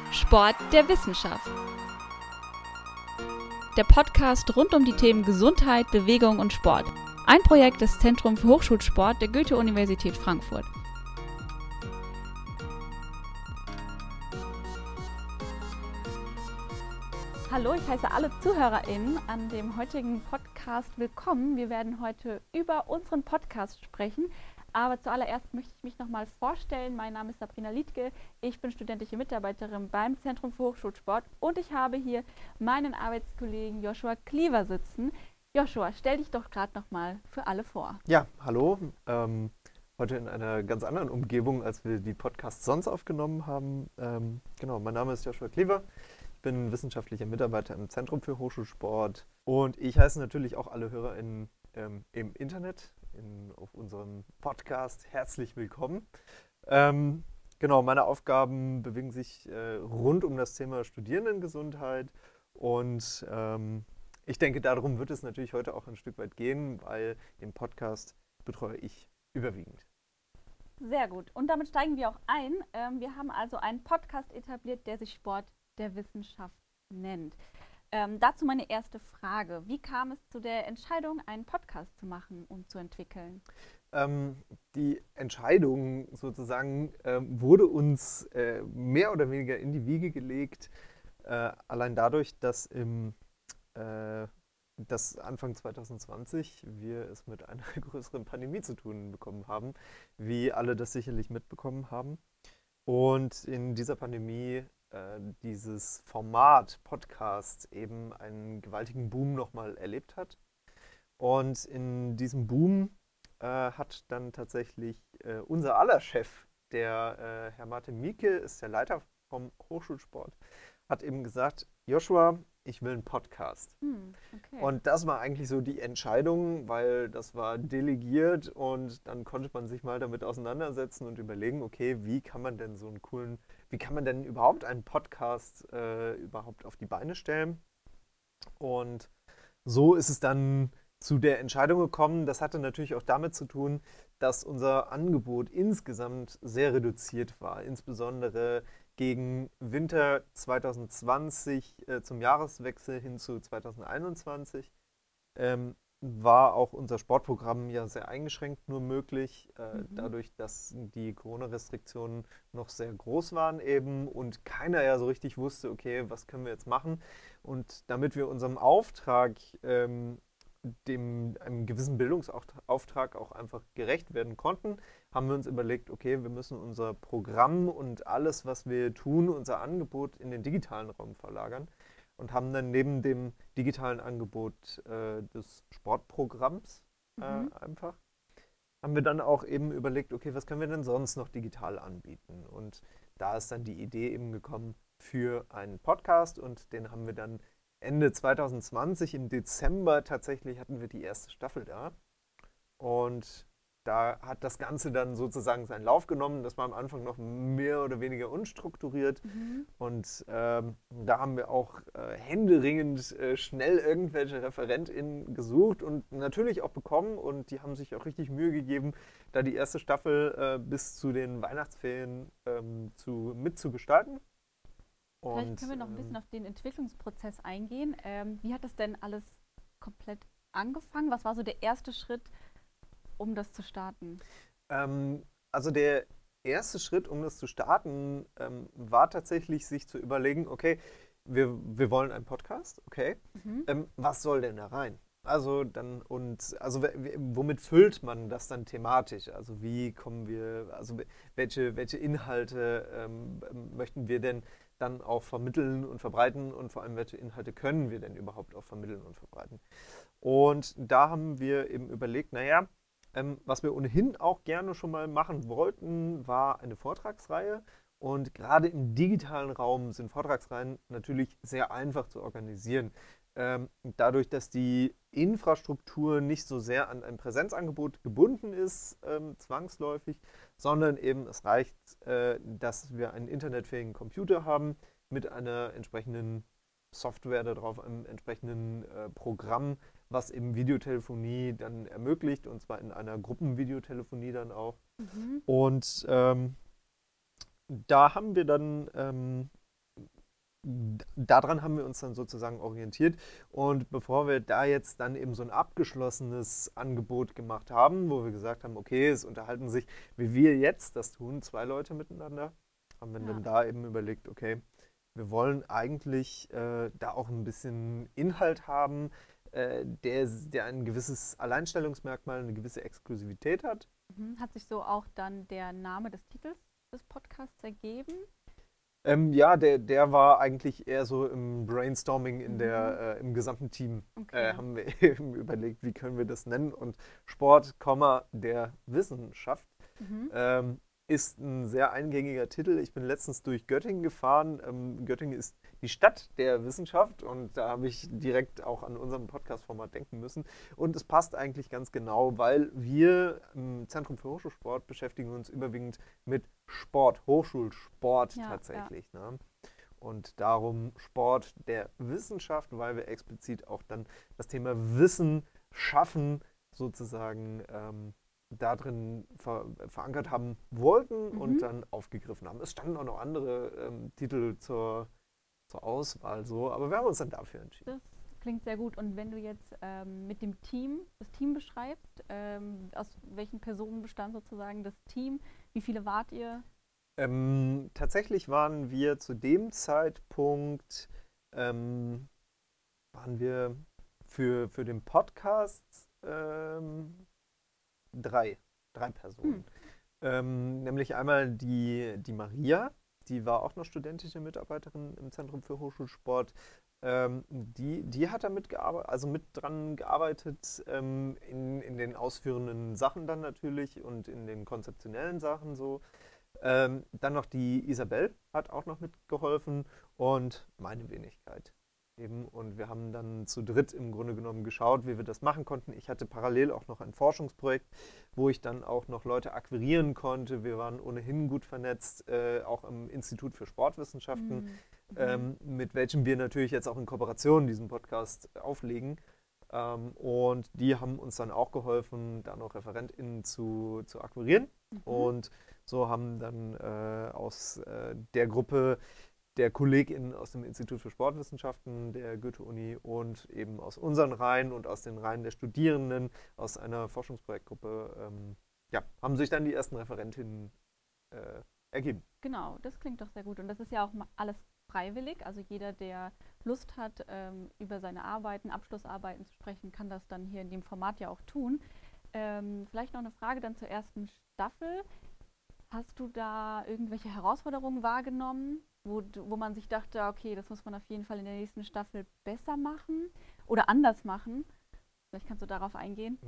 Sport der Wissenschaft. Der Podcast rund um die Themen Gesundheit, Bewegung und Sport. Ein Projekt des Zentrums für Hochschulsport der Goethe-Universität Frankfurt. Hallo, ich heiße alle ZuhörerInnen an dem heutigen Podcast willkommen. Wir werden heute über unseren Podcast sprechen. Aber zuallererst möchte ich mich nochmal vorstellen. Mein Name ist Sabrina Liedtke. Ich bin studentische Mitarbeiterin beim Zentrum für Hochschulsport und ich habe hier meinen Arbeitskollegen Joshua Cleaver sitzen. Joshua, stell dich doch gerade nochmal für alle vor. Ja, hallo. Heute in einer ganz anderen Umgebung, als wir die Podcasts sonst aufgenommen haben. Genau, mein Name ist Joshua Cleaver. Ich bin wissenschaftlicher Mitarbeiter im Zentrum für Hochschulsport und ich heiße natürlich auch alle HörerInnen im Internet auf unserem Podcast herzlich willkommen. Genau, meine Aufgaben bewegen sich rund um das Thema Studierendengesundheit und ich denke, darum wird es natürlich heute auch ein Stück weit gehen, weil den Podcast betreue ich überwiegend. Sehr gut. Und damit steigen wir auch ein. Wir haben also einen Podcast etabliert, der sich Sport der Wissenschaft nennt. Dazu meine erste Frage. Wie kam es zu der Entscheidung, einen Podcast zu machen und zu entwickeln? Die Entscheidung sozusagen wurde uns mehr oder weniger in die Wiege gelegt, allein dadurch, dass Anfang 2020 wir es mit einer größeren Pandemie zu tun bekommen haben, wie alle das sicherlich mitbekommen haben. Und in dieser Pandemie dieses Format Podcast eben einen gewaltigen Boom nochmal erlebt hat. Und in diesem Boom hat dann tatsächlich unser aller Chef, der Herr Martin Mieke, ist der Leiter vom Hochschulsport, hat eben gesagt, Joshua, ich will einen Podcast. Okay. Und das war eigentlich so die Entscheidung, weil das war delegiert und dann konnte man sich mal damit auseinandersetzen und überlegen, okay, wie kann man denn überhaupt einen Podcast überhaupt auf die Beine stellen? Und so ist es dann zu der Entscheidung gekommen. Das hatte natürlich auch damit zu tun, dass unser Angebot insgesamt sehr reduziert war, insbesondere gegen Winter 2020 zum Jahreswechsel hin zu 2021 war auch unser Sportprogramm ja sehr eingeschränkt nur möglich, dadurch, dass die Corona-Restriktionen noch sehr groß waren eben und keiner ja so richtig wusste, okay, was können wir jetzt machen? Und damit wir unserem Auftrag, einem gewissen Bildungsauftrag auch einfach gerecht werden konnten, haben wir uns überlegt, okay, wir müssen unser Programm und alles, was wir tun, unser Angebot in den digitalen Raum verlagern und haben dann neben dem digitalen Angebot des Sportprogramms einfach, haben wir dann auch eben überlegt, okay, was können wir denn sonst noch digital anbieten? Und da ist dann die Idee eben gekommen für einen Podcast und den haben wir dann Ende 2020, im Dezember tatsächlich, hatten wir die erste Staffel da. Und da hat das Ganze dann sozusagen seinen Lauf genommen. Das war am Anfang noch mehr oder weniger unstrukturiert. Und da haben wir auch händeringend schnell irgendwelche ReferentInnen gesucht und natürlich auch bekommen. Und die haben sich auch richtig Mühe gegeben, da die erste Staffel bis zu den Weihnachtsferien mitzugestalten. Vielleicht können wir noch ein bisschen auf den Entwicklungsprozess eingehen. Wie hat das denn alles komplett angefangen? Was war so der erste Schritt, um das zu starten? Also der erste Schritt, um das zu starten, war tatsächlich, sich zu überlegen, okay, wir wollen einen Podcast, okay, was soll denn da rein? Womit füllt man das dann thematisch? Also welche Inhalte möchten wir denn dann auch vermitteln und verbreiten und vor allem, welche Inhalte können wir denn überhaupt auch vermitteln und verbreiten? Und da haben wir eben überlegt, was wir ohnehin auch gerne schon mal machen wollten, war eine Vortragsreihe. Und gerade im digitalen Raum sind Vortragsreihen natürlich sehr einfach zu organisieren. Dadurch, dass die Infrastruktur nicht so sehr an ein Präsenzangebot gebunden ist, zwangsläufig, sondern eben es reicht, dass wir einen internetfähigen Computer haben mit einer entsprechenden Software darauf, einem entsprechenden Programm, was eben Videotelefonie dann ermöglicht, und zwar in einer Gruppenvideotelefonie dann auch. Und da haben wir dann daran haben wir uns dann sozusagen orientiert. Und bevor wir da jetzt dann eben so ein abgeschlossenes Angebot gemacht haben, wo wir gesagt haben, okay, es unterhalten sich, wie wir jetzt das tun, zwei Leute miteinander, haben wir dann da eben überlegt, okay, wir wollen eigentlich da auch ein bisschen Inhalt haben, der ein gewisses Alleinstellungsmerkmal, eine gewisse Exklusivität hat. Hat sich so auch dann der Name des Titels des Podcasts ergeben? Ja, der war eigentlich eher so im Brainstorming im gesamten Team. Okay. Haben wir eben überlegt, wie können wir das nennen. Und Sport, der Wissenschaft ist ein sehr eingängiger Titel. Ich bin letztens durch Göttingen gefahren. Göttingen ist die Stadt der Wissenschaft und da habe ich direkt auch an unserem Podcast-Format denken müssen. Und es passt eigentlich ganz genau, weil wir im Zentrum für Hochschulsport beschäftigen uns überwiegend mit Sport, Hochschulsport tatsächlich. Ja. Ne? Und darum Sport der Wissenschaft, weil wir explizit auch dann das Thema Wissen schaffen sozusagen da drin verankert haben wollten und dann aufgegriffen haben. Es standen auch noch andere Titel zur Auswahl, so, aber wir haben uns dann dafür entschieden. Das klingt sehr gut. Und wenn du jetzt mit dem Team, das Team beschreibst, aus welchen Personen bestand sozusagen das Team? Wie viele wart ihr? Tatsächlich waren wir zu dem Zeitpunkt, waren wir für den Podcast drei Personen. Nämlich einmal die Maria, die war auch noch studentische Mitarbeiterin im Zentrum für Hochschulsport. Die hat da mitgearbeitet, also mit dran gearbeitet in den ausführenden Sachen dann natürlich und in den konzeptionellen Sachen so. Dann noch die Isabel hat auch noch mitgeholfen und meine Wenigkeit. Eben. Und wir haben dann zu dritt im Grunde genommen geschaut, wie wir das machen konnten. Ich hatte parallel auch noch ein Forschungsprojekt, wo ich dann auch noch Leute akquirieren konnte. Wir waren ohnehin gut vernetzt, auch im Institut für Sportwissenschaften, mit welchem wir natürlich jetzt auch in Kooperation diesen Podcast auflegen. Und die haben uns dann auch geholfen, da noch ReferentInnen zu akquirieren. Und so haben dann aus der Gruppe der KollegInnen aus dem Institut für Sportwissenschaften der Goethe-Uni und eben aus unseren Reihen und aus den Reihen der Studierenden aus einer Forschungsprojektgruppe haben sich dann die ersten Referentinnen ergeben. Genau, das klingt doch sehr gut. Und das ist ja auch alles freiwillig. Also jeder, der Lust hat, über seine Arbeiten, Abschlussarbeiten zu sprechen, kann das dann hier in dem Format ja auch tun. Vielleicht noch eine Frage dann zur ersten Staffel. Hast du da irgendwelche Herausforderungen wahrgenommen, wo man sich dachte, okay, das muss man auf jeden Fall in der nächsten Staffel besser machen oder anders machen? Vielleicht kannst du darauf eingehen.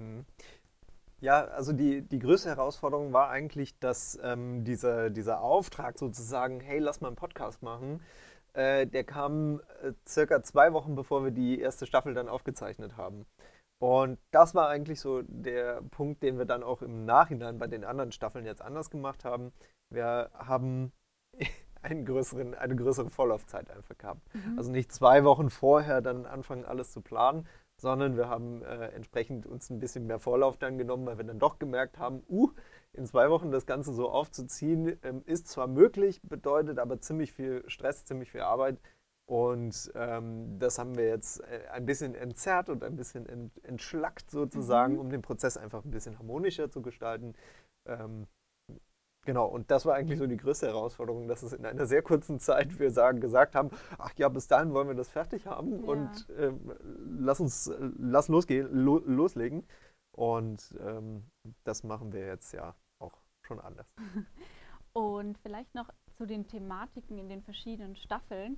Ja, also die größte Herausforderung war eigentlich, dass dieser Auftrag sozusagen, hey, lass mal einen Podcast machen, der kam circa 2 Wochen, bevor wir die erste Staffel dann aufgezeichnet haben. Und das war eigentlich so der Punkt, den wir dann auch im Nachhinein bei den anderen Staffeln jetzt anders gemacht haben. Wir haben eine größere Vorlaufzeit einfach gehabt. Also nicht 2 Wochen vorher dann anfangen, alles zu planen, sondern wir haben entsprechend uns ein bisschen mehr Vorlauf dann genommen, weil wir dann doch gemerkt haben, in 2 Wochen das Ganze so aufzuziehen, ist zwar möglich, bedeutet aber ziemlich viel Stress, ziemlich viel Arbeit. Und das haben wir jetzt ein bisschen entzerrt und ein bisschen entschlackt sozusagen, um den Prozess einfach ein bisschen harmonischer zu gestalten. Genau, und das war eigentlich so die größte Herausforderung, dass es in einer sehr kurzen Zeit wir gesagt haben, ach ja, bis dahin wollen wir das fertig haben und lass loslegen. Und das machen wir jetzt ja auch schon anders. Und vielleicht noch zu den Thematiken in den verschiedenen Staffeln.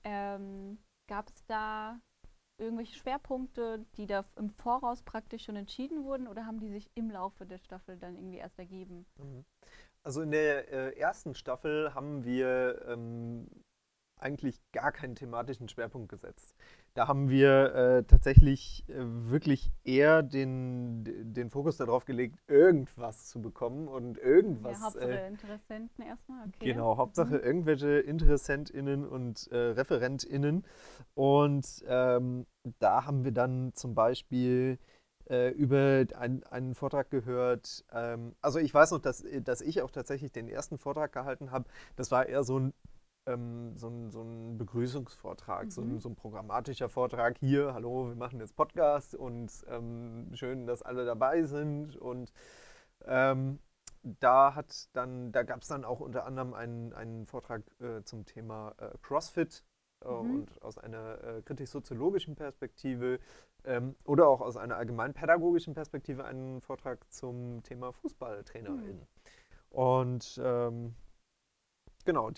Gab es da irgendwelche Schwerpunkte, die da im Voraus praktisch schon entschieden wurden oder haben die sich im Laufe der Staffel dann irgendwie erst ergeben? Also in der ersten Staffel haben wir eigentlich gar keinen thematischen Schwerpunkt gesetzt. Da haben wir tatsächlich wirklich eher den Fokus darauf gelegt, irgendwas zu bekommen und irgendwas. Ja, Hauptsache Interessenten erstmal, okay. Genau, Hauptsache irgendwelche InteressentInnen und ReferentInnen. Und da haben wir dann zum Beispiel über einen Vortrag gehört. Also ich weiß noch, dass ich auch tatsächlich den ersten Vortrag gehalten habe. Das war eher so ein so ein Begrüßungsvortrag, so ein programmatischer Vortrag. Hier, hallo, wir machen jetzt Podcast und schön, dass alle dabei sind. Und da gab es dann auch unter anderem einen Vortrag zum Thema CrossFit und aus einer kritisch-soziologischen Perspektive oder auch aus einer allgemein pädagogischen Perspektive einen Vortrag zum Thema FußballtrainerInnen. Und genau,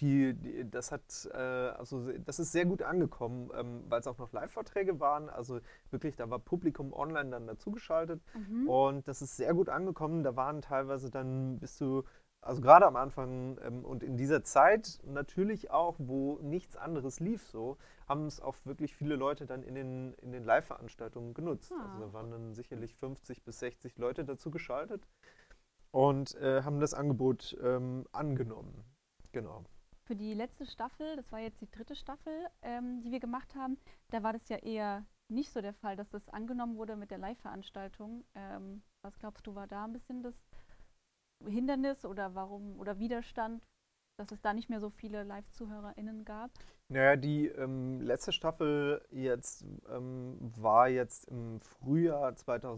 das ist sehr gut angekommen, weil es auch noch Live-Vorträge waren. Also wirklich, da war Publikum online dann dazugeschaltet. Und das ist sehr gut angekommen. Da waren teilweise dann also gerade am Anfang und in dieser Zeit natürlich auch, wo nichts anderes lief so, haben es auch wirklich viele Leute dann in den Live-Veranstaltungen genutzt. Also da waren dann sicherlich 50 bis 60 Leute dazugeschaltet und haben das Angebot angenommen. Genau. Für die letzte Staffel, das war jetzt die 3. Staffel, die wir gemacht haben, da war das ja eher nicht so der Fall, dass das angenommen wurde mit der Live-Veranstaltung. Was glaubst du, war da ein bisschen das Hindernis oder Widerstand, dass es da nicht mehr so viele Live-ZuhörerInnen gab? Naja, die letzte Staffel war jetzt im Frühjahr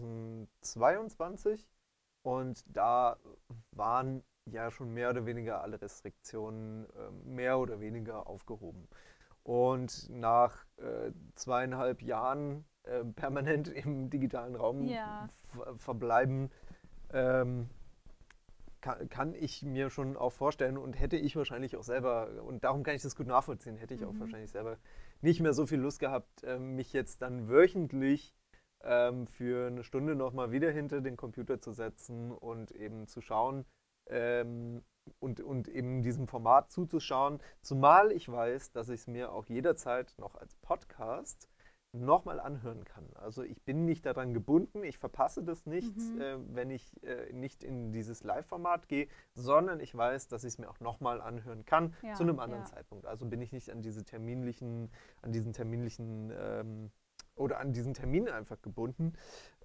2022 und da waren ja schon mehr oder weniger alle Restriktionen mehr oder weniger aufgehoben. Und nach 2,5 Jahren permanent im digitalen Raum verbleiben, kann ich mir schon auch vorstellen und hätte ich wahrscheinlich auch selber, und darum kann ich das gut nachvollziehen, hätte ich auch wahrscheinlich selber nicht mehr so viel Lust gehabt, mich jetzt dann wöchentlich für eine Stunde nochmal wieder hinter den Computer zu setzen und eben zu schauen, und eben diesem Format zuzuschauen, zumal ich weiß, dass ich es mir auch jederzeit noch als Podcast nochmal anhören kann. Also ich bin nicht daran gebunden, ich verpasse das nicht, wenn ich nicht in dieses Live-Format gehe, sondern ich weiß, dass ich es mir auch nochmal anhören kann zu einem anderen Zeitpunkt. Also bin ich nicht an diesen terminlichen oder an diesen Termin einfach gebunden.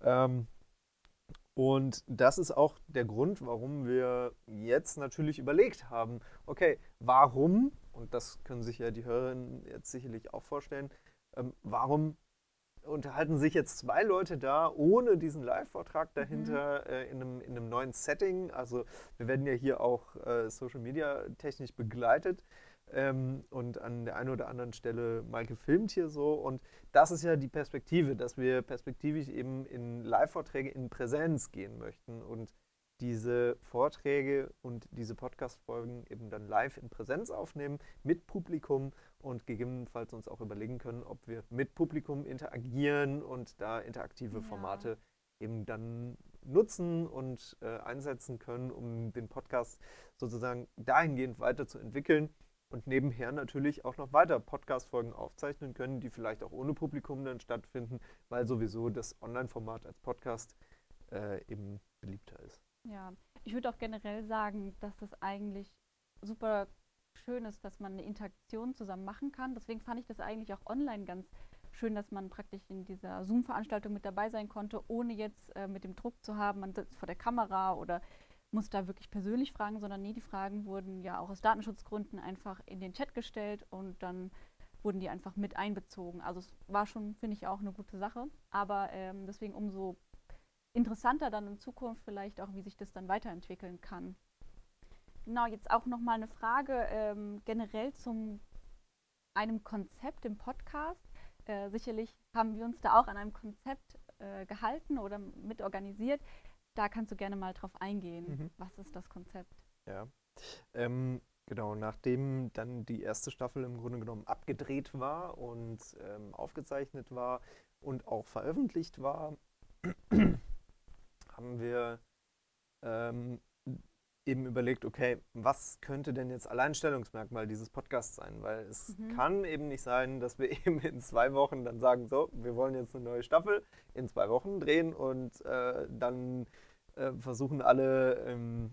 Und das ist auch der Grund, warum wir jetzt natürlich überlegt haben, okay, warum, und das können sich ja die Hörerinnen jetzt sicherlich auch vorstellen, warum unterhalten sich jetzt 2 Leute da ohne diesen Live-Vortrag dahinter in einem neuen Setting? Also wir werden ja hier auch Social Media technisch begleitet und an der einen oder anderen Stelle mal gefilmt hier so. Und das ist ja die Perspektive, dass wir perspektivisch eben in Live-Vorträge in Präsenz gehen möchten und diese Vorträge und diese Podcast-Folgen eben dann live in Präsenz aufnehmen mit Publikum und gegebenenfalls uns auch überlegen können, ob wir mit Publikum interagieren und da interaktive Formate eben dann nutzen und einsetzen können, um den Podcast sozusagen dahingehend weiterzuentwickeln und nebenher natürlich auch noch weiter Podcast-Folgen aufzeichnen können, die vielleicht auch ohne Publikum dann stattfinden, weil sowieso das Online-Format als Podcast eben beliebter ist. Ja, ich würde auch generell sagen, dass das eigentlich super schön ist, dass man eine Interaktion zusammen machen kann. Deswegen fand ich das eigentlich auch online ganz schön, dass man praktisch in dieser Zoom-Veranstaltung mit dabei sein konnte, ohne jetzt mit dem Druck zu haben, man sitzt vor der Kamera oder muss da wirklich persönlich fragen, sondern nee, die Fragen wurden ja auch aus Datenschutzgründen einfach in den Chat gestellt und dann wurden die einfach mit einbezogen. Also es war schon, finde ich, auch eine gute Sache. Aber deswegen umso interessanter dann in Zukunft vielleicht auch, wie sich das dann weiterentwickeln kann. Genau, jetzt auch nochmal eine Frage generell zu einem Konzept im Podcast. Sicherlich haben wir uns da auch an einem Konzept gehalten oder mitorganisiert. Da kannst du gerne mal drauf eingehen. Was ist das Konzept? Ja, genau, nachdem dann die erste Staffel im Grunde genommen abgedreht war und aufgezeichnet war und auch veröffentlicht war, haben wir eben überlegt, okay, was könnte denn jetzt Alleinstellungsmerkmal dieses Podcasts sein? Weil es kann eben nicht sein, dass wir eben in 2 Wochen dann sagen, so, wir wollen jetzt eine neue Staffel in 2 Wochen drehen und dann versuchen alle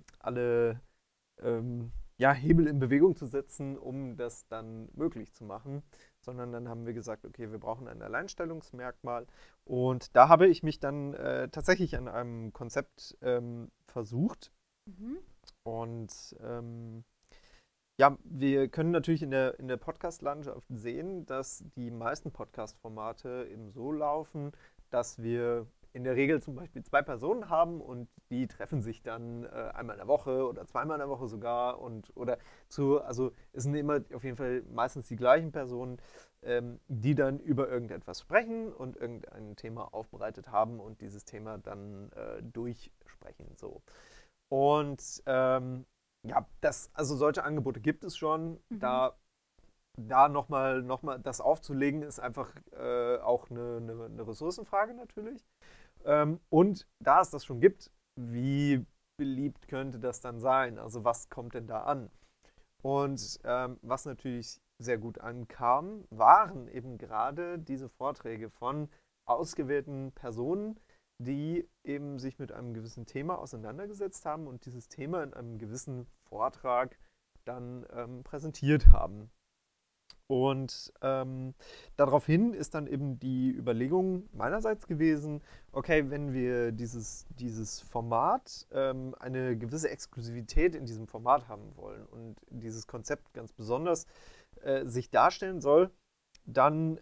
Hebel in Bewegung zu setzen, um das dann möglich zu machen. Sondern dann haben wir gesagt, okay, wir brauchen ein Alleinstellungsmerkmal. Und da habe ich mich dann tatsächlich an einem Konzept versucht. Und Ja, wir können natürlich in der Podcast-Landschaft sehen, dass die meisten Podcast-Formate eben so laufen, dass wir in der Regel zum Beispiel zwei Personen haben und die treffen sich dann einmal in der Woche oder zweimal in der Woche sogar also es sind immer auf jeden Fall meistens die gleichen Personen, die dann über irgendetwas sprechen und irgendein Thema aufbereitet haben und dieses Thema dann durchsprechen. So. Und ja, also solche Angebote gibt es schon. Mhm. Da noch mal das aufzulegen, ist einfach auch eine Ressourcenfrage natürlich. Und da es das schon gibt, wie beliebt könnte das dann sein? Also was kommt denn da an? Und was natürlich sehr gut ankam, waren eben gerade diese Vorträge von ausgewählten Personen, die eben sich mit einem gewissen Thema auseinandergesetzt haben und dieses Thema in einem gewissen Vortrag dann präsentiert haben. Und daraufhin ist dann eben die Überlegung meinerseits gewesen, okay, wenn wir dieses Format, eine gewisse Exklusivität in diesem Format haben wollen und dieses Konzept ganz besonders sich darstellen soll, dann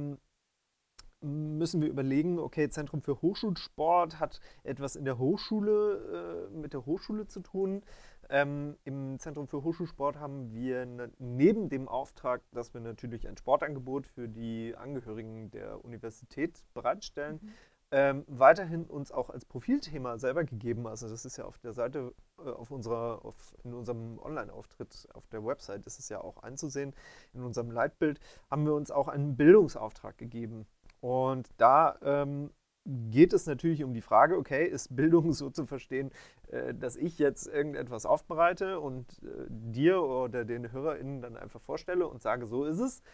müssen wir überlegen, okay, Zentrum für Hochschulsport hat etwas in der Hochschule, mit der Hochschule zu tun. Im Zentrum für Hochschulsport haben wir neben dem Auftrag, dass wir natürlich ein Sportangebot für die Angehörigen der Universität bereitstellen, Mhm. weiterhin uns auch als Profilthema selber gegeben. Also das ist ja auf der Seite, in unserem Online-Auftritt auf der Website ist es ja auch einzusehen. In unserem Leitbild haben wir uns auch einen Bildungsauftrag gegeben. Und da geht es natürlich um die Frage, okay, ist Bildung so zu verstehen, dass ich jetzt irgendetwas aufbereite und dir oder den HörerInnen dann einfach vorstelle und sage, so ist es?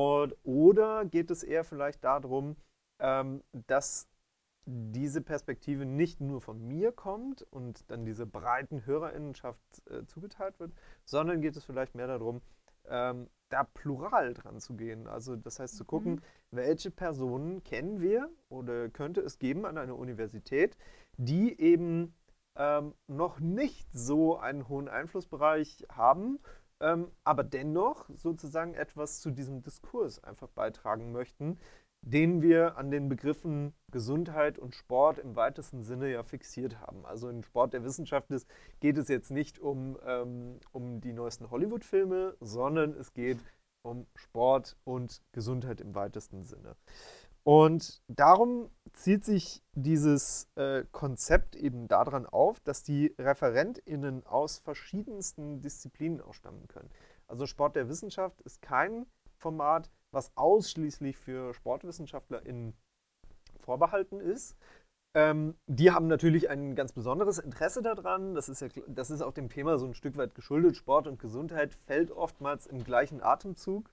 Oder geht es eher vielleicht darum, dass diese Perspektive nicht nur von mir kommt und dann diese breiten HörerInnenschaft zugeteilt wird, sondern geht es vielleicht mehr darum, da plural dran zu gehen. Also das heißt zu Mhm. gucken, welche Personen kennen wir oder könnte es geben an einer Universität, die eben noch nicht so einen hohen Einflussbereich haben, aber dennoch sozusagen etwas zu diesem Diskurs einfach beitragen möchten, den wir an den Begriffen Gesundheit und Sport im weitesten Sinne ja fixiert haben. Also in Sport der Wissenschaft geht es jetzt nicht um die neuesten Hollywood-Filme, sondern es geht um Sport und Gesundheit im weitesten Sinne. Und darum zieht sich dieses Konzept eben daran auf, dass die ReferentInnen aus verschiedensten Disziplinen auch stammen können. Also Sport der Wissenschaft ist kein Format, was ausschließlich für SportwissenschaftlerInnen vorbehalten ist. Die haben natürlich ein ganz besonderes Interesse daran. Das ist auch dem Thema so ein Stück weit geschuldet. Sport und Gesundheit fällt oftmals im gleichen Atemzug.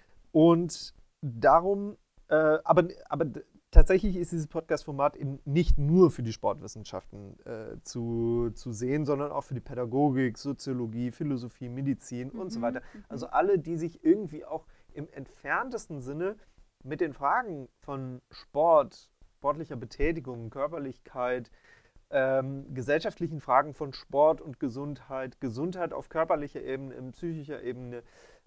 Und darum, aber tatsächlich ist dieses Podcast-Format eben nicht nur für die Sportwissenschaften zu sehen, sondern auch für die Pädagogik, Soziologie, Philosophie, Medizin und so Mhm. weiter. Also Mhm. alle, die sich irgendwie auch im entferntesten Sinne mit den Fragen von Sport, sportlicher Betätigung, Körperlichkeit, gesellschaftlichen Fragen von Sport und Gesundheit, Gesundheit auf körperlicher Ebene, psychischer Ebene,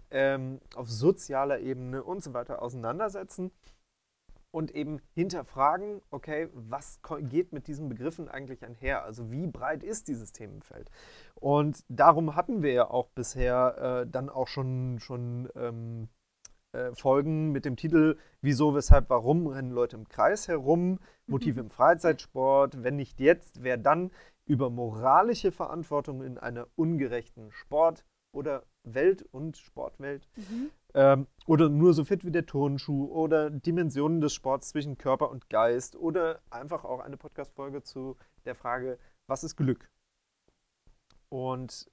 auf sozialer Ebene und so weiter auseinandersetzen und eben hinterfragen, okay, was geht mit diesen Begriffen eigentlich einher? Also wie breit ist dieses Themenfeld? Und darum hatten wir ja auch bisher dann auch schon Folgen mit dem Titel Wieso, weshalb, warum rennen Leute im Kreis herum? Motive Mhm. im Freizeitsport. Wenn nicht jetzt, wer dann? Über moralische Verantwortung in einer ungerechten Sport- oder Welt- und Sportwelt. Mhm. Oder nur so fit wie der Turnschuh oder Dimensionen des Sports zwischen Körper und Geist oder einfach auch eine Podcast-Folge zu der Frage, was ist Glück? Und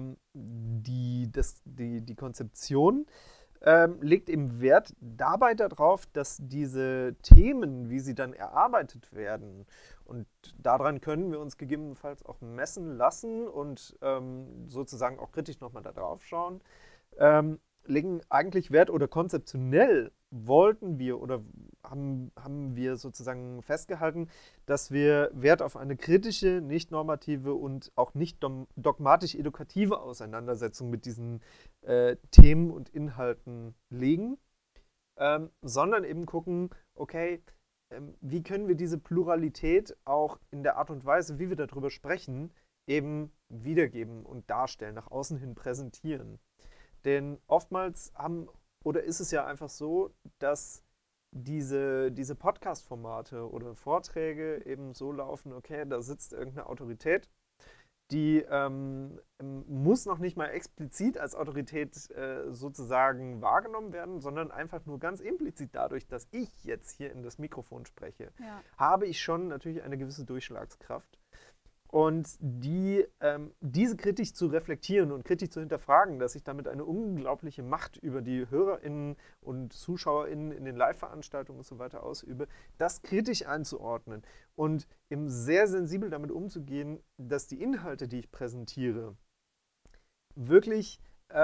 die Konzeption legt eben Wert dabei darauf, dass diese Themen, wie sie dann erarbeitet werden, und daran können wir uns gegebenenfalls auch messen lassen und sozusagen auch kritisch nochmal da drauf schauen, legen eigentlich Wert oder konzeptionell wollten wir oder haben wir sozusagen festgehalten, dass wir Wert auf eine kritische, nicht normative und auch nicht dogmatisch-edukative Auseinandersetzung mit diesen Themen und Inhalten legen, sondern eben gucken, okay, wie können wir diese Pluralität auch in der Art und Weise, wie wir darüber sprechen, eben wiedergeben und darstellen, nach außen hin präsentieren. Denn oftmals ist es ja einfach so, dass diese Podcast-Formate oder Vorträge eben so laufen, okay, da sitzt irgendeine Autorität, die muss noch nicht mal explizit als Autorität sozusagen wahrgenommen werden, sondern einfach nur ganz implizit dadurch, dass ich jetzt hier in das Mikrofon spreche, habe ich schon natürlich eine gewisse Durchschlagskraft. Und diese kritisch zu reflektieren und kritisch zu hinterfragen, dass ich damit eine unglaubliche Macht über die HörerInnen und ZuschauerInnen in den Live-Veranstaltungen und so weiter ausübe, das kritisch einzuordnen und eben sehr sensibel damit umzugehen, dass die Inhalte, die ich präsentiere, wirklich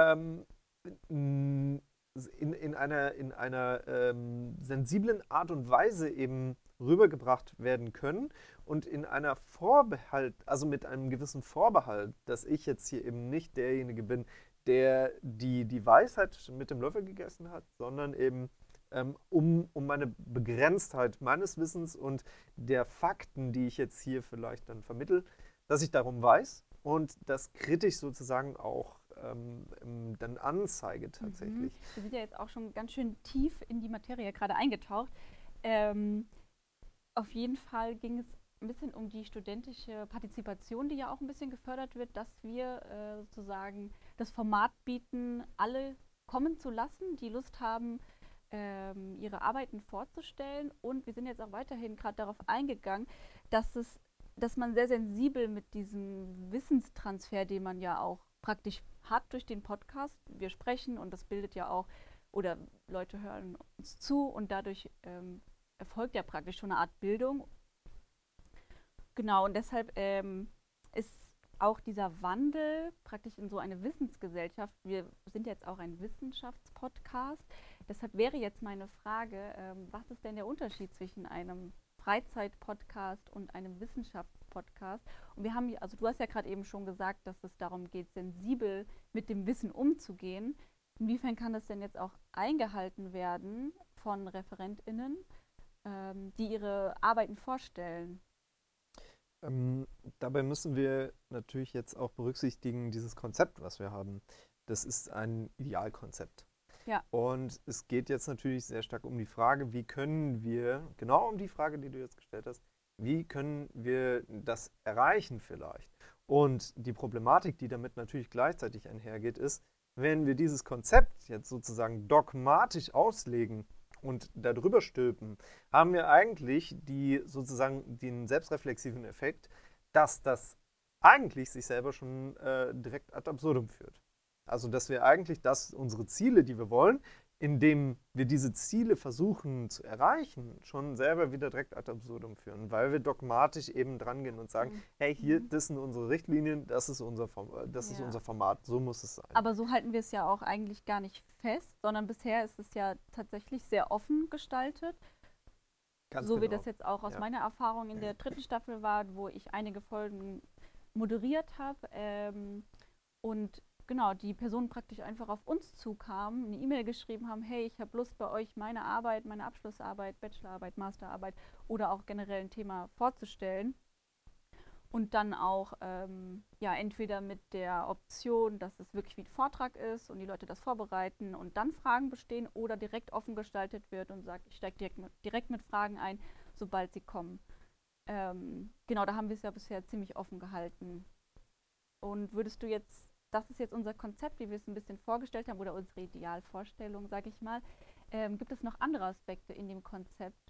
in einer sensiblen Art und Weise eben rübergebracht werden können und in einer also mit einem gewissen Vorbehalt, dass ich jetzt hier eben nicht derjenige bin, der die Weisheit mit dem Löffel gegessen hat, sondern eben um meine Begrenztheit meines Wissens und der Fakten, die ich jetzt hier vielleicht dann vermittle, dass ich darum weiß und das kritisch sozusagen auch dann anzeige tatsächlich. Wir sind ja jetzt auch schon ganz schön tief in die Materie gerade eingetaucht. Auf jeden Fall ging es ein bisschen um die studentische Partizipation, die ja auch ein bisschen gefördert wird, dass wir sozusagen das Format bieten, alle kommen zu lassen, die Lust haben, ihre Arbeiten vorzustellen. Und wir sind jetzt auch weiterhin gerade darauf eingegangen, dass man sehr sensibel mit diesem Wissenstransfer, den man ja auch praktisch hat durch den Podcast, wir sprechen und das bildet ja auch, oder Leute hören uns zu und dadurch erfolgt ja praktisch schon eine Art Bildung. Genau, und deshalb ist auch dieser Wandel praktisch in so eine Wissensgesellschaft. Wir sind jetzt auch ein Wissenschaftspodcast. Deshalb wäre jetzt meine Frage, was ist denn der Unterschied zwischen einem Freizeit-Podcast und einem Wissenschaftspodcast? Und wir haben, also du hast ja gerade eben schon gesagt, dass es darum geht, sensibel mit dem Wissen umzugehen. Inwiefern kann das denn jetzt auch eingehalten werden von ReferentInnen, die ihre Arbeiten vorstellen? Dabei müssen wir natürlich jetzt auch berücksichtigen, dieses Konzept, was wir haben. Das ist ein Idealkonzept. Ja. Und es geht jetzt natürlich sehr stark um die Frage, wie können wir, genau um die Frage, die du jetzt gestellt hast, wie können wir das erreichen vielleicht? Und die Problematik, die damit natürlich gleichzeitig einhergeht, ist, wenn wir dieses Konzept jetzt sozusagen dogmatisch auslegen und darüber stülpen, haben wir eigentlich sozusagen den selbstreflexiven Effekt, dass das eigentlich sich selber schon direkt ad absurdum führt. Also dass wir eigentlich unsere Ziele, die wir wollen, indem wir diese Ziele versuchen zu erreichen, schon selber wieder direkt ad absurdum führen, weil wir dogmatisch eben dran gehen und sagen, hey, hier, das sind unsere Richtlinien, das ist unser Format, so muss es sein. Aber so halten wir es ja auch eigentlich gar nicht fest, sondern bisher ist es ja tatsächlich sehr offen gestaltet. Ganz so genau. wie das jetzt auch aus meiner Erfahrung in der 3. Staffel war, wo ich einige Folgen moderiert habe und genau, die Personen praktisch einfach auf uns zukamen, eine E-Mail geschrieben haben, hey, ich habe Lust bei euch meine Arbeit, meine Abschlussarbeit, Bachelorarbeit, Masterarbeit oder auch generell ein Thema vorzustellen. Und dann auch entweder mit der Option, dass es wirklich wie ein Vortrag ist und die Leute das vorbereiten und dann Fragen bestehen oder direkt offen gestaltet wird und sagt, ich steige direkt mit Fragen ein, sobald sie kommen. Genau, da haben wir es ja bisher ziemlich offen gehalten. Und würdest du jetzt, das ist jetzt unser Konzept, wie wir es ein bisschen vorgestellt haben, oder unsere Idealvorstellung, sage ich mal. Gibt es noch andere Aspekte in dem Konzept?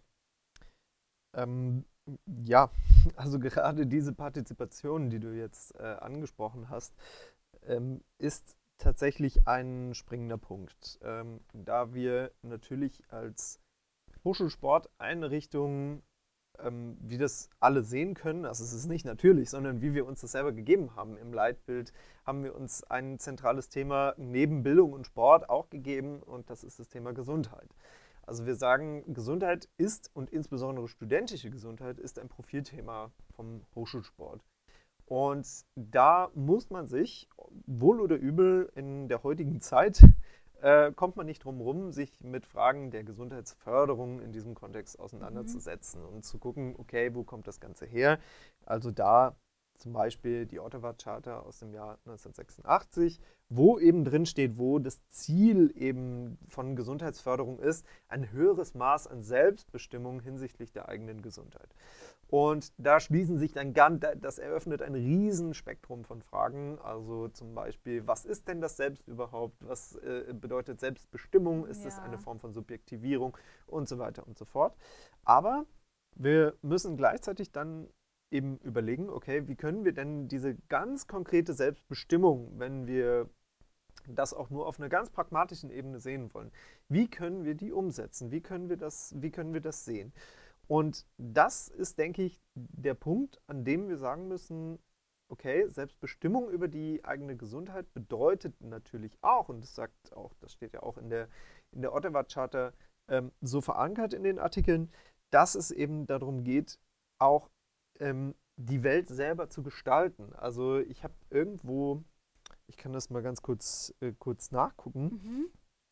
Ja, also gerade diese Partizipation, die du jetzt angesprochen hast, ist tatsächlich ein springender Punkt. Da wir natürlich als Hochschulsporteinrichtung, wie das alle sehen können, also es ist nicht natürlich, sondern wie wir uns das selber gegeben haben im Leitbild, haben wir uns ein zentrales Thema neben Bildung und Sport auch gegeben und das ist das Thema Gesundheit. Also wir sagen, Gesundheit ist und insbesondere studentische Gesundheit ist ein Profilthema vom Hochschulsport. Und da muss man sich, wohl oder übel in der heutigen Zeit, kommt man nicht drum rum, sich mit Fragen der Gesundheitsförderung in diesem Kontext auseinanderzusetzen und zu gucken, okay, wo kommt das Ganze her? Also da zum Beispiel die Ottawa-Charta aus dem Jahr 1986, wo eben drin steht, wo das Ziel eben von Gesundheitsförderung ist, ein höheres Maß an Selbstbestimmung hinsichtlich der eigenen Gesundheit. Und da schließen sich dann das eröffnet ein Riesenspektrum von Fragen. Also zum Beispiel, was ist denn das Selbst überhaupt? Was bedeutet Selbstbestimmung? Ist es eine Form von Subjektivierung? Und so weiter und so fort. Aber wir müssen gleichzeitig dann eben überlegen, okay, wie können wir denn diese ganz konkrete Selbstbestimmung, wenn wir das auch nur auf einer ganz pragmatischen Ebene sehen wollen, wie können wir die umsetzen? Wie können wir das sehen? Und das ist, denke ich, der Punkt, an dem wir sagen müssen, okay, Selbstbestimmung über die eigene Gesundheit bedeutet natürlich auch, und das steht ja auch in der Ottawa-Charta so verankert in den Artikeln, dass es eben darum geht, auch die Welt selber zu gestalten. Also ich habe irgendwo, ich kann das mal ganz kurz nachgucken.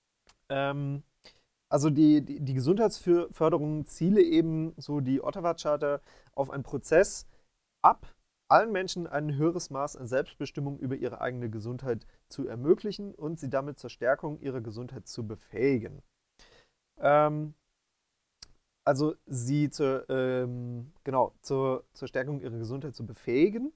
Also die Gesundheitsförderung ziele eben so die Ottawa-Charta auf einen Prozess ab, allen Menschen ein höheres Maß an Selbstbestimmung über ihre eigene Gesundheit zu ermöglichen und sie damit zur Stärkung ihrer Gesundheit zu befähigen. Also sie zur Stärkung ihrer Gesundheit zu befähigen.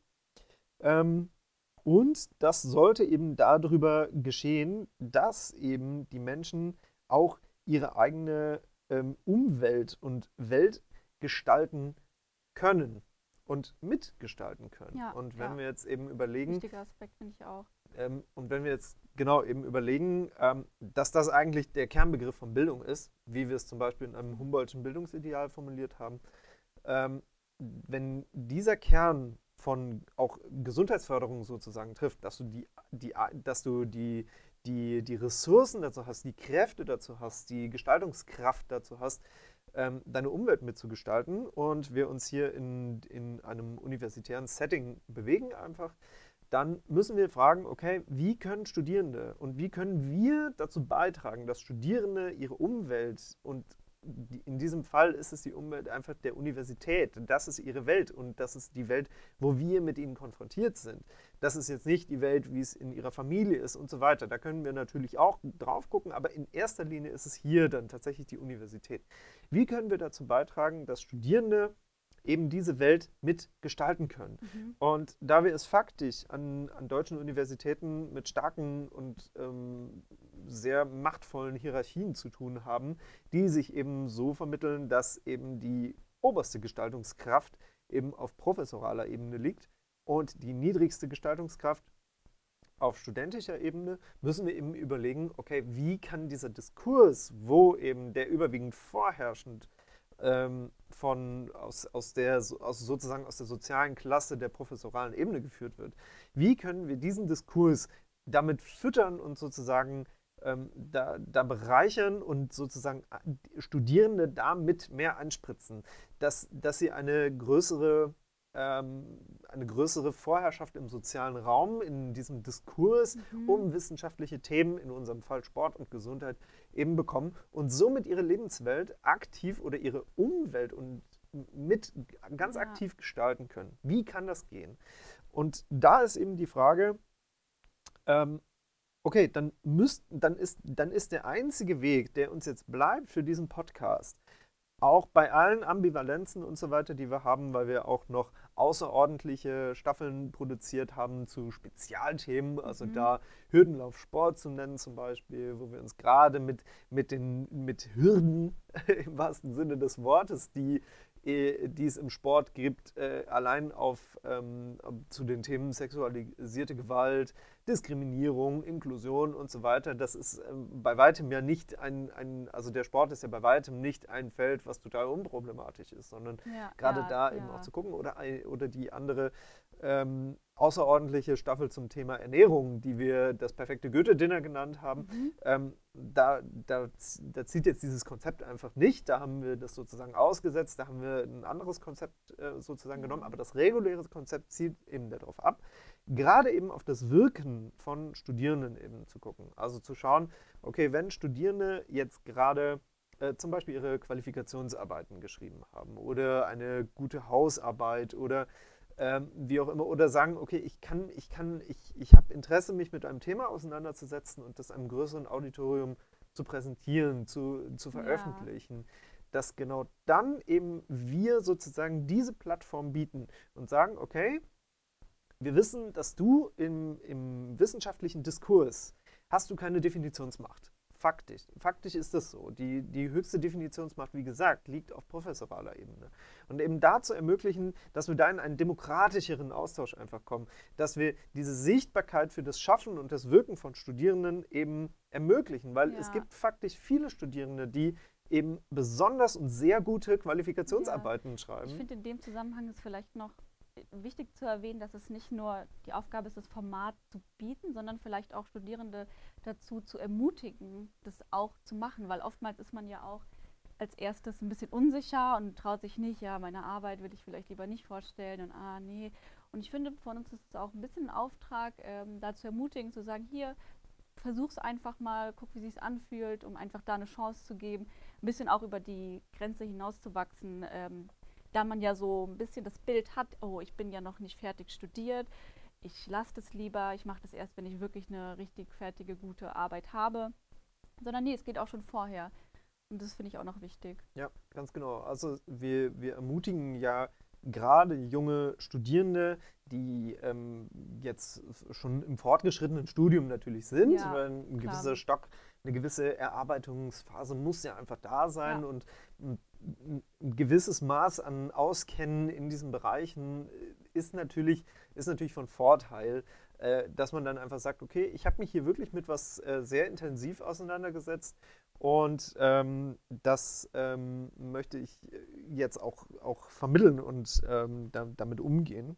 Und das sollte eben darüber geschehen, dass eben die Menschen auch ihre eigene Umwelt und Welt gestalten können und mitgestalten können. Ja, und wenn wir jetzt eben überlegen, wichtiger Aspekt finde ich auch. Und wenn wir jetzt genau eben überlegen, dass das eigentlich der Kernbegriff von Bildung ist, wie wir es zum Beispiel in einem Humboldtschen Bildungsideal formuliert haben, wenn dieser Kern von auch Gesundheitsförderung sozusagen trifft, dass du die Ressourcen dazu hast, die Kräfte dazu hast, die Gestaltungskraft dazu hast, deine Umwelt mitzugestalten und wir uns hier in einem universitären Setting bewegen einfach, dann müssen wir fragen, okay, wie können Studierende und wie können wir dazu beitragen, dass Studierende ihre Umwelt, und in diesem Fall ist es die Umwelt einfach der Universität, das ist ihre Welt und das ist die Welt, wo wir mit ihnen konfrontiert sind. Das ist jetzt nicht die Welt, wie es in ihrer Familie ist und so weiter. Da können wir natürlich auch drauf gucken, aber in erster Linie ist es hier dann tatsächlich die Universität. Wie können wir dazu beitragen, dass Studierende eben diese Welt mitgestalten können? Und da wir es faktisch an deutschen Universitäten mit starken und sehr machtvollen Hierarchien zu tun haben, die sich eben so vermitteln, dass eben die oberste Gestaltungskraft eben auf professoraler Ebene liegt und die niedrigste Gestaltungskraft auf studentischer Ebene, müssen wir eben überlegen, okay, wie kann dieser Diskurs, wo eben der überwiegend vorherrschend aus der sozialen Klasse der professoralen Ebene geführt wird. Wie können wir diesen Diskurs damit füttern und sozusagen da bereichern und sozusagen Studierende damit mehr anspritzen, dass sie eine größere Vorherrschaft im sozialen Raum, in diesem Diskurs um wissenschaftliche Themen, in unserem Fall Sport und Gesundheit, eben bekommen und somit ihre Lebenswelt aktiv oder ihre Umwelt und ganz aktiv gestalten können. Wie kann das gehen? Und da ist eben die Frage, okay, dann ist der einzige Weg, der uns jetzt bleibt für diesen Podcast, auch bei allen Ambivalenzen und so weiter, die wir haben, weil wir auch noch außerordentliche Staffeln produziert haben zu Spezialthemen, also da Hürdenlauf Sport zu nennen zum Beispiel, wo wir uns gerade mit Hürden im wahrsten Sinne des Wortes, die es im Sport gibt, allein zu den Themen sexualisierte Gewalt, Diskriminierung, Inklusion und so weiter. Das ist bei weitem ja nicht also der Sport ist ja bei weitem nicht ein Feld, was total unproblematisch ist, sondern gerade da eben auch zu gucken oder die andere außerordentliche Staffel zum Thema Ernährung, die wir das perfekte Goethe-Dinner genannt haben. Da zieht jetzt dieses Konzept einfach nicht. Da haben wir das sozusagen ausgesetzt, da haben wir ein anderes Konzept sozusagen genommen, aber das reguläre Konzept zielt eben darauf ab, gerade eben auf das Wirken von Studierenden eben zu gucken. Also zu schauen, okay, wenn Studierende jetzt gerade zum Beispiel ihre Qualifikationsarbeiten geschrieben haben oder eine gute Hausarbeit oder wie auch immer, oder sagen, okay, ich habe Interesse, mich mit einem Thema auseinanderzusetzen und das einem größeren Auditorium zu präsentieren, zu veröffentlichen, dass genau dann eben wir sozusagen diese Plattform bieten und sagen, okay, wir wissen, dass du im wissenschaftlichen Diskurs hast du keine Definitionsmacht. Faktisch ist das so. Die höchste Definitionsmacht, wie gesagt, liegt auf professoraler Ebene. Und eben dazu ermöglichen, dass wir da in einen demokratischeren Austausch einfach kommen, dass wir diese Sichtbarkeit für das Schaffen und das Wirken von Studierenden eben ermöglichen, weil es gibt faktisch viele Studierende, die eben besonders und sehr gute Qualifikationsarbeiten schreiben. Ich finde, in dem Zusammenhang ist vielleicht noch wichtig zu erwähnen, dass es nicht nur die Aufgabe ist, das Format zu bieten, sondern vielleicht auch Studierende dazu zu ermutigen, das auch zu machen, weil oftmals ist man ja auch als erstes ein bisschen unsicher und traut sich nicht, ja, meine Arbeit will ich vielleicht lieber nicht vorstellen und nee. Und ich finde, von uns ist es auch ein bisschen ein Auftrag, da zu ermutigen, zu sagen, hier, versuch's einfach mal, guck, wie sich's anfühlt, um einfach da eine Chance zu geben, ein bisschen auch über die Grenze hinauszuwachsen, da man ja so ein bisschen das Bild hat, oh, ich bin ja noch nicht fertig studiert, ich lasse das lieber, ich mache das erst, wenn ich wirklich eine richtig fertige, gute Arbeit habe. Sondern nee, es geht auch schon vorher. Und das finde ich auch noch wichtig. Ja, ganz genau. Also wir ermutigen ja gerade junge Studierende, die jetzt schon im fortgeschrittenen Studium natürlich sind, weil ein gewisser Stock, eine gewisse Erarbeitungsphase muss ja einfach da sein und ein gewisses Maß an Auskennen in diesen Bereichen ist natürlich von Vorteil, dass man dann einfach sagt, okay, ich habe mich hier wirklich mit was sehr intensiv auseinandergesetzt und das möchte ich jetzt auch vermitteln und damit umgehen.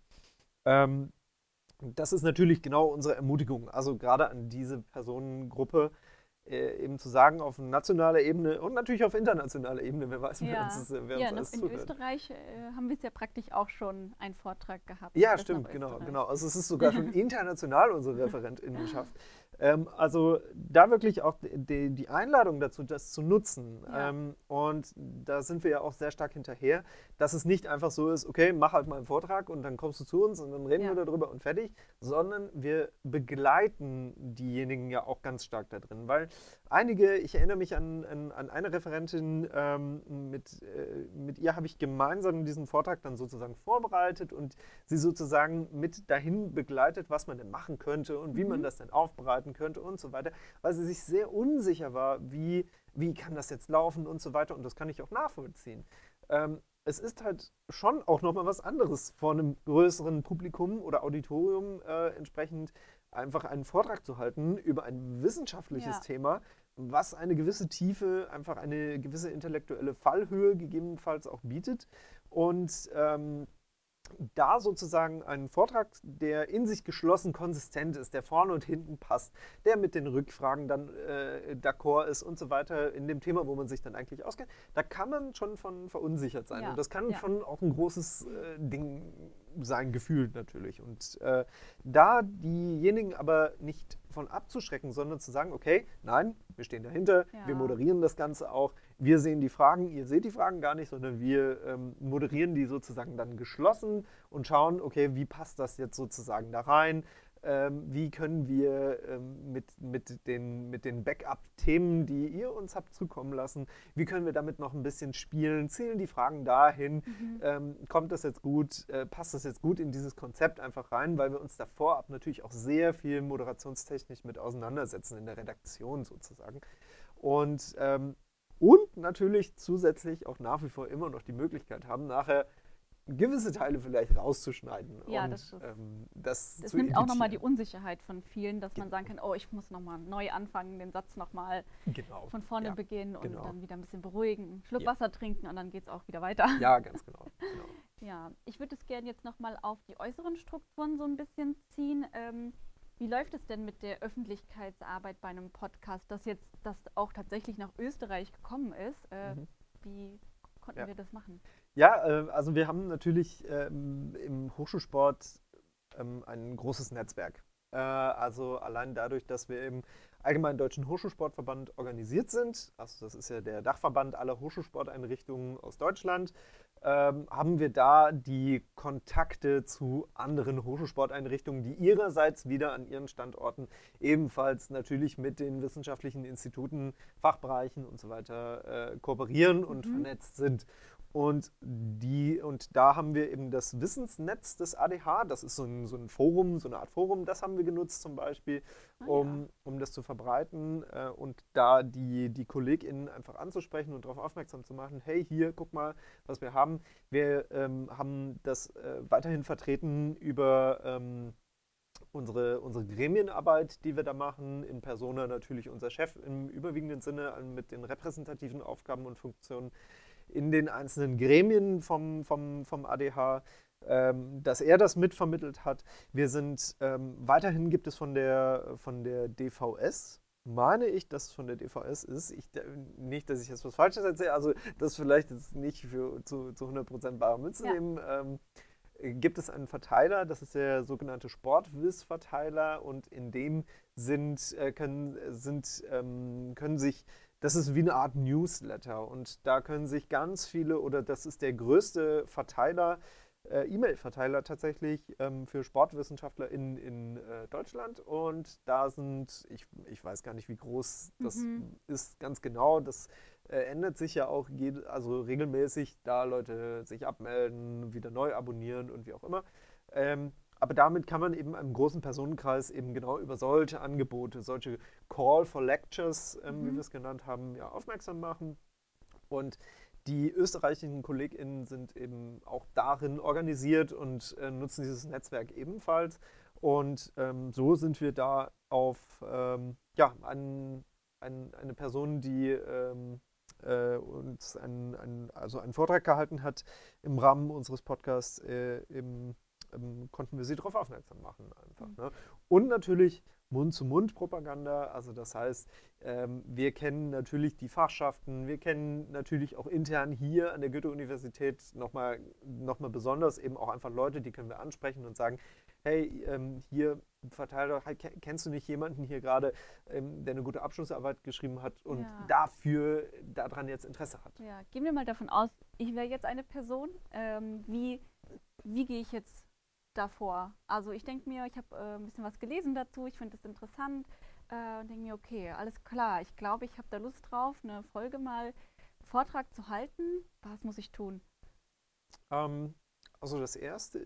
Das ist natürlich genau unsere Ermutigung, also gerade an diese Personengruppe, eben zu sagen, auf nationaler Ebene und natürlich auf internationaler Ebene, wer weiß, wer uns alles in zuhört. Österreich haben wir es ja praktisch auch schon einen Vortrag gehabt. Ja, stimmt, genau. Also es ist sogar schon international unsere Referentinnenschaft. Also da wirklich auch die Einladung dazu, das zu nutzen. Und da sind wir ja auch sehr stark hinterher, dass es nicht einfach so ist, okay, mach halt mal einen Vortrag und dann kommst du zu uns und dann reden wir darüber und fertig, sondern wir begleiten diejenigen ja auch ganz stark da drin, weil ich erinnere mich an eine Referentin, mit ihr habe ich gemeinsam diesen Vortrag dann sozusagen vorbereitet und sie sozusagen mit dahin begleitet, was man denn machen könnte und wie man das denn aufbereiten könnte und so weiter, weil sie sich sehr unsicher war, wie kann das jetzt laufen und so weiter, und das kann ich auch nachvollziehen. Es ist halt schon auch nochmal was anderes, vor einem größeren Publikum oder Auditorium entsprechend einfach einen Vortrag zu halten über ein wissenschaftliches Thema, was eine gewisse Tiefe, einfach eine gewisse intellektuelle Fallhöhe gegebenenfalls auch bietet. Und da sozusagen einen Vortrag, der in sich geschlossen konsistent ist, der vorne und hinten passt, der mit den Rückfragen dann d'accord ist und so weiter, in dem Thema, wo man sich dann eigentlich auskennt, da kann man schon von verunsichert sein. Und das kann schon auch ein großes Ding sein, gefühlt natürlich. Und da diejenigen aber nicht von abzuschrecken, sondern zu sagen, okay, nein, wir stehen dahinter, wir moderieren das Ganze auch, wir sehen die Fragen, ihr seht die Fragen gar nicht, sondern wir moderieren die sozusagen dann geschlossen und schauen, okay, wie passt das jetzt sozusagen da rein? Wie können wir mit den Backup-Themen, die ihr uns habt zukommen lassen, wie können wir damit noch ein bisschen spielen? Zielen die Fragen dahin? Kommt das jetzt gut? Passt das jetzt gut in dieses Konzept einfach rein? Weil wir uns da vorab natürlich auch sehr viel moderationstechnisch mit auseinandersetzen, in der Redaktion sozusagen. Und natürlich zusätzlich auch nach wie vor immer noch die Möglichkeit haben, nachher gewisse Teile vielleicht rauszuschneiden. Ja, und das zu nimmt auch nochmal editieren. die Unsicherheit von vielen, dass man Genau. sagen kann, oh, ich muss nochmal neu anfangen, den Satz nochmal Genau. von vorne Ja, beginnen und genau. dann wieder ein bisschen beruhigen, einen Schluck Ja. Wasser trinken und dann geht es auch wieder weiter. Ja, ganz genau. Genau. Ja, ich würde es gerne jetzt nochmal auf die äußeren Strukturen so ein bisschen ziehen. Wie läuft es denn mit der Öffentlichkeitsarbeit bei einem Podcast, das auch tatsächlich nach Österreich gekommen ist? Wie konnten Ja. wir das machen? Ja, also wir haben natürlich im Hochschulsport ein großes Netzwerk. Also allein dadurch, dass wir im Allgemeinen Deutschen Hochschulsportverband organisiert sind, also das ist ja der Dachverband aller Hochschulsporteinrichtungen aus Deutschland, haben wir da die Kontakte zu anderen Hochschulsporteinrichtungen, die ihrerseits wieder an ihren Standorten ebenfalls natürlich mit den wissenschaftlichen Instituten, Fachbereichen und so weiter kooperieren und vernetzt sind. Und da haben wir eben das Wissensnetz des ADH, das ist so ein Forum, so eine Art Forum, das haben wir genutzt zum Beispiel, um das zu verbreiten und da die KollegInnen einfach anzusprechen und darauf aufmerksam zu machen, hey, hier, guck mal, was wir haben. Wir haben das weiterhin vertreten über unsere Gremienarbeit, die wir da machen, in persona natürlich unser Chef im überwiegenden Sinne mit den repräsentativen Aufgaben und Funktionen in den einzelnen Gremien vom ADH, dass er das mitvermittelt hat. Wir sind, weiterhin gibt es von der DVS, meine ich, dass es von der DVS ist. Nicht, dass ich jetzt was Falsches erzähle, also das vielleicht jetzt nicht zu 100% bare Münze nehmen. Gibt es einen Verteiler, das ist der sogenannte Sportwiss-Verteiler und in dem können sich, das ist wie eine Art Newsletter und da können sich ganz viele, oder das ist der größte Verteiler, E-Mail-Verteiler tatsächlich für Sportwissenschaftler in Deutschland und da sind, ich weiß gar nicht, wie groß das ist ganz genau, das ändert sich ja auch also regelmäßig, da Leute sich abmelden, wieder neu abonnieren und wie auch immer. Aber damit kann man eben einem großen Personenkreis eben genau über solche Angebote, solche Call for Lectures, wie wir es genannt haben, ja, aufmerksam machen. Und die österreichischen KollegInnen sind eben auch darin organisiert und nutzen dieses Netzwerk ebenfalls. Und so sind wir da auf eine Person, die uns einen Vortrag gehalten hat im Rahmen unseres Podcasts, konnten wir sie darauf aufmerksam machen einfach. Ne? Und natürlich Mund-zu-Mund-Propaganda, also das heißt, wir kennen natürlich die Fachschaften, wir kennen natürlich auch intern hier an der Goethe-Universität nochmal besonders eben auch einfach Leute, die können wir ansprechen und sagen, hey, hier Verteiler, kennst du nicht jemanden hier gerade, der eine gute Abschlussarbeit geschrieben hat und daran jetzt Interesse hat? Ja, gehen wir mal davon aus, ich wäre jetzt eine Person, wie gehe ich jetzt davor? Also ich denke mir, ich habe ein bisschen was gelesen dazu, ich finde es interessant und denke mir, okay, alles klar, ich glaube, ich habe da Lust drauf, eine Folge mal Vortrag zu halten. Was muss ich tun? Also das Erste,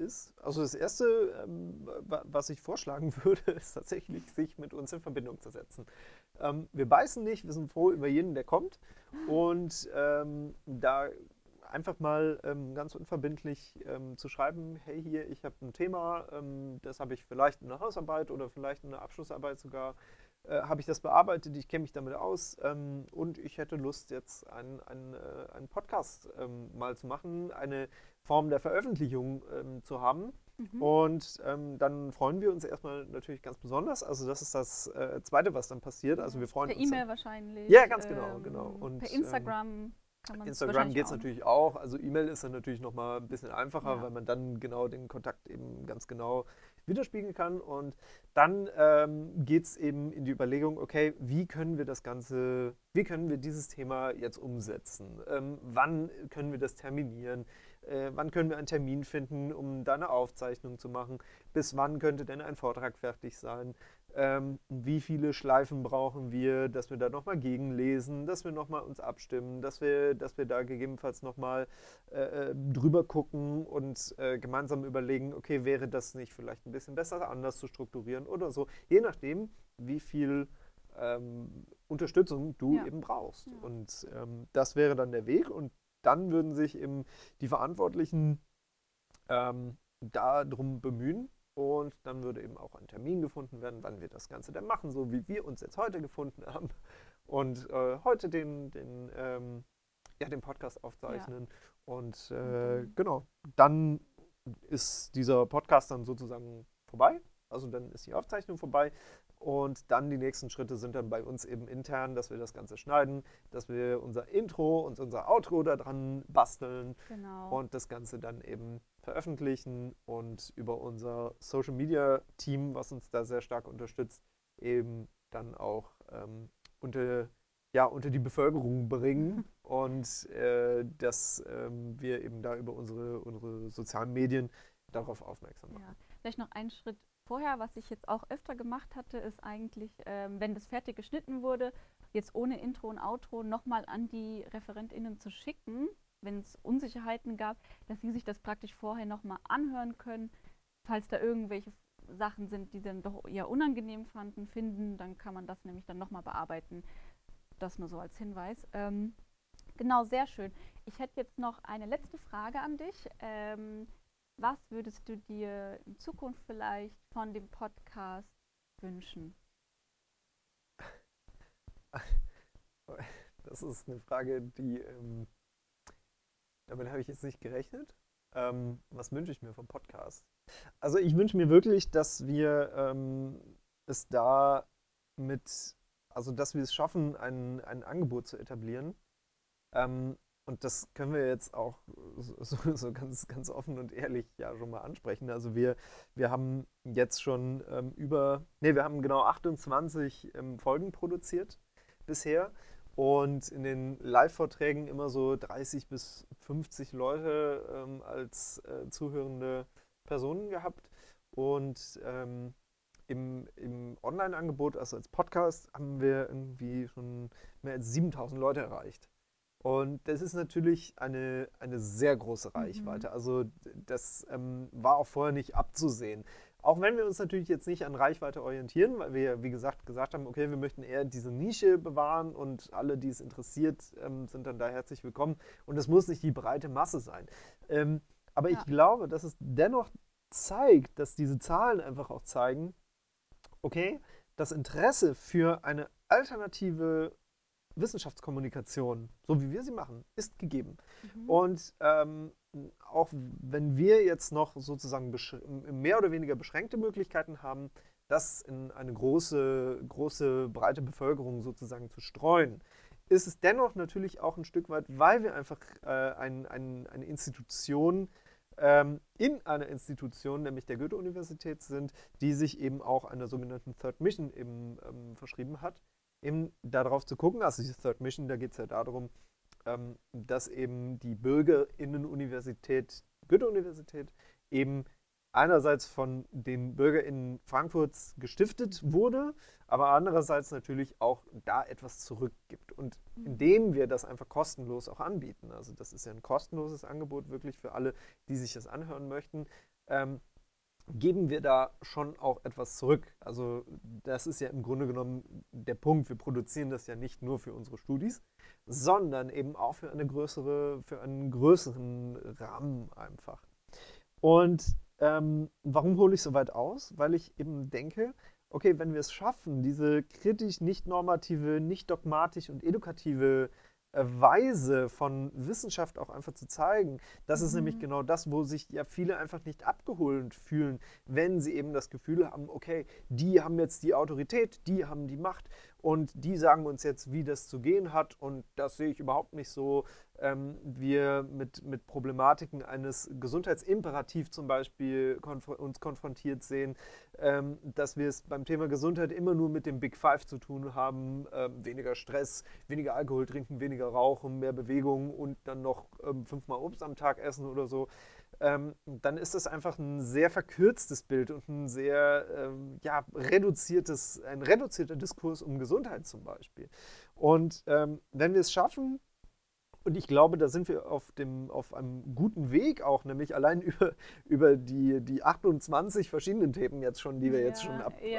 was ich vorschlagen würde, ist tatsächlich, sich mit uns in Verbindung zu setzen. Wir beißen nicht, wir sind froh über jeden, der kommt und da einfach mal ganz unverbindlich zu schreiben, hey hier, ich habe ein Thema, das habe ich vielleicht in einer Hausarbeit oder vielleicht in einer Abschlussarbeit sogar, habe ich das bearbeitet, ich kenne mich damit aus und ich hätte Lust, jetzt einen Podcast mal zu machen, eine Form der Veröffentlichung zu haben. Und dann freuen wir uns erstmal natürlich ganz besonders. Also das ist das Zweite, was dann passiert. Also wir freuen per uns. Per E-Mail wahrscheinlich. Ja, ganz genau. Und, per Instagram. Instagram geht es natürlich auch. Also E-Mail ist dann natürlich nochmal ein bisschen einfacher, Ja. weil man dann genau den Kontakt eben ganz genau widerspiegeln kann. Und dann geht es eben in die Überlegung, okay, wie können wir dieses Thema jetzt umsetzen? Wann können wir das terminieren? Wann können wir einen Termin finden, um da eine Aufzeichnung zu machen? Bis wann könnte denn ein Vortrag fertig sein? Wie viele Schleifen brauchen wir, dass wir da nochmal gegenlesen, dass wir nochmal uns abstimmen, dass wir da gegebenenfalls nochmal drüber gucken und gemeinsam überlegen, okay, wäre das nicht vielleicht ein bisschen besser anders zu strukturieren oder so, je nachdem, wie viel Unterstützung du eben brauchst. Ja. Und das wäre dann der Weg und dann würden sich eben die Verantwortlichen darum bemühen. Und dann würde eben auch ein Termin gefunden werden, wann wir das Ganze dann machen, so wie wir uns jetzt heute gefunden haben. Und heute den Podcast aufzeichnen. Und genau, dann ist dieser Podcast dann sozusagen vorbei. Also dann ist die Aufzeichnung vorbei. Und dann die nächsten Schritte sind dann bei uns eben intern, dass wir das Ganze schneiden, dass wir unser Intro und unser Outro da dran basteln und das Ganze dann eben veröffentlichen und über unser Social Media Team, was uns da sehr stark unterstützt, eben dann auch unter die Bevölkerung bringen und dass wir eben da über unsere sozialen Medien darauf aufmerksam machen. Ja. Vielleicht noch einen Schritt vorher, was ich jetzt auch öfter gemacht hatte, ist eigentlich, wenn das fertig geschnitten wurde, jetzt ohne Intro und Outro nochmal an die ReferentInnen zu schicken, wenn es Unsicherheiten gab, dass sie sich das praktisch vorher nochmal anhören können. Falls da irgendwelche Sachen sind, die sie dann doch eher unangenehm finden, dann kann man das nämlich dann nochmal bearbeiten. Das nur so als Hinweis. Genau, sehr schön. Ich hätte jetzt noch eine letzte Frage an dich. Was würdest du dir in Zukunft vielleicht von dem Podcast wünschen? Das ist eine Frage, damit habe ich jetzt nicht gerechnet. Was wünsche ich mir vom Podcast? Also ich wünsche mir wirklich, dass wir dass wir es schaffen, ein Angebot zu etablieren. Und das können wir jetzt auch so ganz, ganz offen und ehrlich ja schon mal ansprechen. Also wir haben jetzt schon wir haben genau 28 Folgen produziert bisher und in den Live-Vorträgen immer so 30 bis 50 Leute als zuhörende Personen gehabt. Und im Online-Angebot, also als Podcast, haben wir irgendwie schon mehr als 7.000 Leute erreicht. Und das ist natürlich eine sehr große Reichweite. Also das war auch vorher nicht abzusehen. Auch wenn wir uns natürlich jetzt nicht an Reichweite orientieren, weil wir, wie gesagt haben, okay, wir möchten eher diese Nische bewahren und alle, die es interessiert, sind dann da herzlich willkommen. Und es muss nicht die breite Masse sein. Aber ich glaube, dass es dennoch zeigt, dass diese Zahlen einfach auch zeigen, okay, das Interesse für eine alternative Wissenschaftskommunikation, so wie wir sie machen, ist gegeben. Und auch wenn wir jetzt noch sozusagen mehr oder weniger beschränkte Möglichkeiten haben, das in eine große, breite Bevölkerung sozusagen zu streuen, ist es dennoch natürlich auch ein Stück weit, weil wir einfach eine Institution in einer Institution, nämlich der Goethe-Universität sind, die sich eben auch einer sogenannten Third Mission eben verschrieben hat, eben darauf zu gucken, also die Third Mission, da geht es ja darum, dass eben die BürgerInnen-Universität, Goethe-Universität, eben einerseits von den BürgerInnen Frankfurts gestiftet wurde, aber andererseits natürlich auch da etwas zurückgibt. Und indem wir das einfach kostenlos auch anbieten, also das ist ja ein kostenloses Angebot wirklich für alle, die sich das anhören möchten, geben wir da schon auch etwas zurück. Also das ist ja im Grunde genommen der Punkt. Wir produzieren das ja nicht nur für unsere Studis, sondern eben auch für einen größeren Rahmen einfach. Und warum hole ich so weit aus? Weil ich eben denke, okay, wenn wir es schaffen, diese kritisch, nicht normative, nicht dogmatisch und edukative Weise von Wissenschaft auch einfach zu zeigen. Das ist nämlich genau das, wo sich ja viele einfach nicht abgeholt fühlen, wenn sie eben das Gefühl haben, okay, die haben jetzt die Autorität, die haben die Macht und die sagen uns jetzt, wie das zu gehen hat und das sehe ich überhaupt nicht so. Wir mit Problematiken eines Gesundheitsimperativ zum Beispiel uns konfrontiert sehen, dass wir es beim Thema Gesundheit immer nur mit dem Big Five zu tun haben, weniger Stress, weniger Alkohol trinken, weniger rauchen, mehr Bewegung und dann noch 5-mal Obst am Tag essen oder so, dann ist das einfach ein sehr verkürztes Bild und ein sehr reduzierter Diskurs um Gesundheit zum Beispiel. Und wenn wir es schaffen, und ich glaube, da sind wir auf einem guten Weg auch, nämlich allein über die 28 verschiedenen Themen jetzt schon, die wir jetzt schon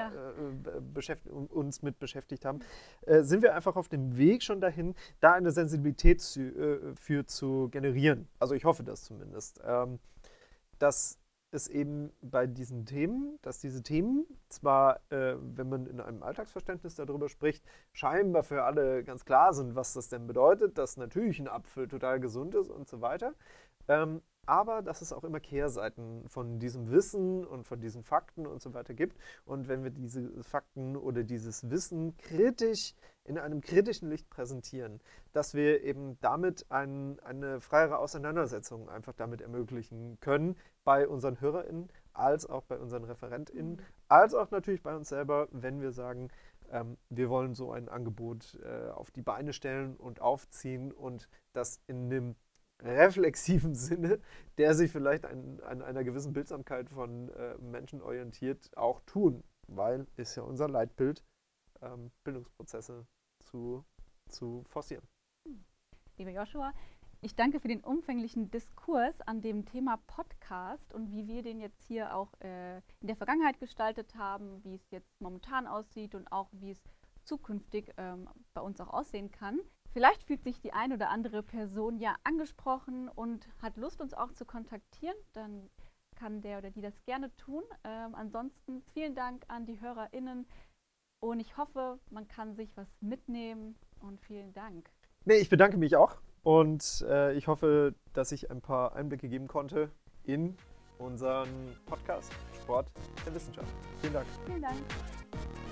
uns mit beschäftigt haben, sind wir einfach auf dem Weg schon dahin, da eine Sensibilität für zu generieren. Also ich hoffe das zumindest. dass es eben bei diesen Themen, dass diese Themen zwar, wenn man in einem Alltagsverständnis darüber spricht, scheinbar für alle ganz klar sind, was das denn bedeutet, dass natürlich ein Apfel total gesund ist und so weiter. Aber dass es auch immer Kehrseiten von diesem Wissen und von diesen Fakten und so weiter gibt. Und wenn wir diese Fakten oder dieses Wissen kritisch in einem kritischen Licht präsentieren, dass wir eben damit eine freiere Auseinandersetzung einfach damit ermöglichen können, bei unseren HörerInnen, als auch bei unseren ReferentInnen, als auch natürlich bei uns selber, wenn wir sagen, wir wollen so ein Angebot auf die Beine stellen und aufziehen und das in einem reflexiven Sinne, der sich vielleicht an einer gewissen Bildsamkeit von Menschen orientiert, auch tun, weil ist ja unser Leitbild, Bildungsprozesse zu forcieren. Lieber Joshua, ich danke für den umfänglichen Diskurs an dem Thema Podcast und wie wir den jetzt hier auch in der Vergangenheit gestaltet haben, wie es jetzt momentan aussieht und auch wie es zukünftig bei uns auch aussehen kann. Vielleicht fühlt sich die ein oder andere Person ja angesprochen und hat Lust, uns auch zu kontaktieren. Dann kann der oder die das gerne tun. Ansonsten vielen Dank an die HörerInnen und ich hoffe, man kann sich was mitnehmen und vielen Dank. Nee, ich bedanke mich auch und ich hoffe, dass ich ein paar Einblicke geben konnte in unseren Podcast Sport der Wissenschaft. Vielen Dank. Vielen Dank.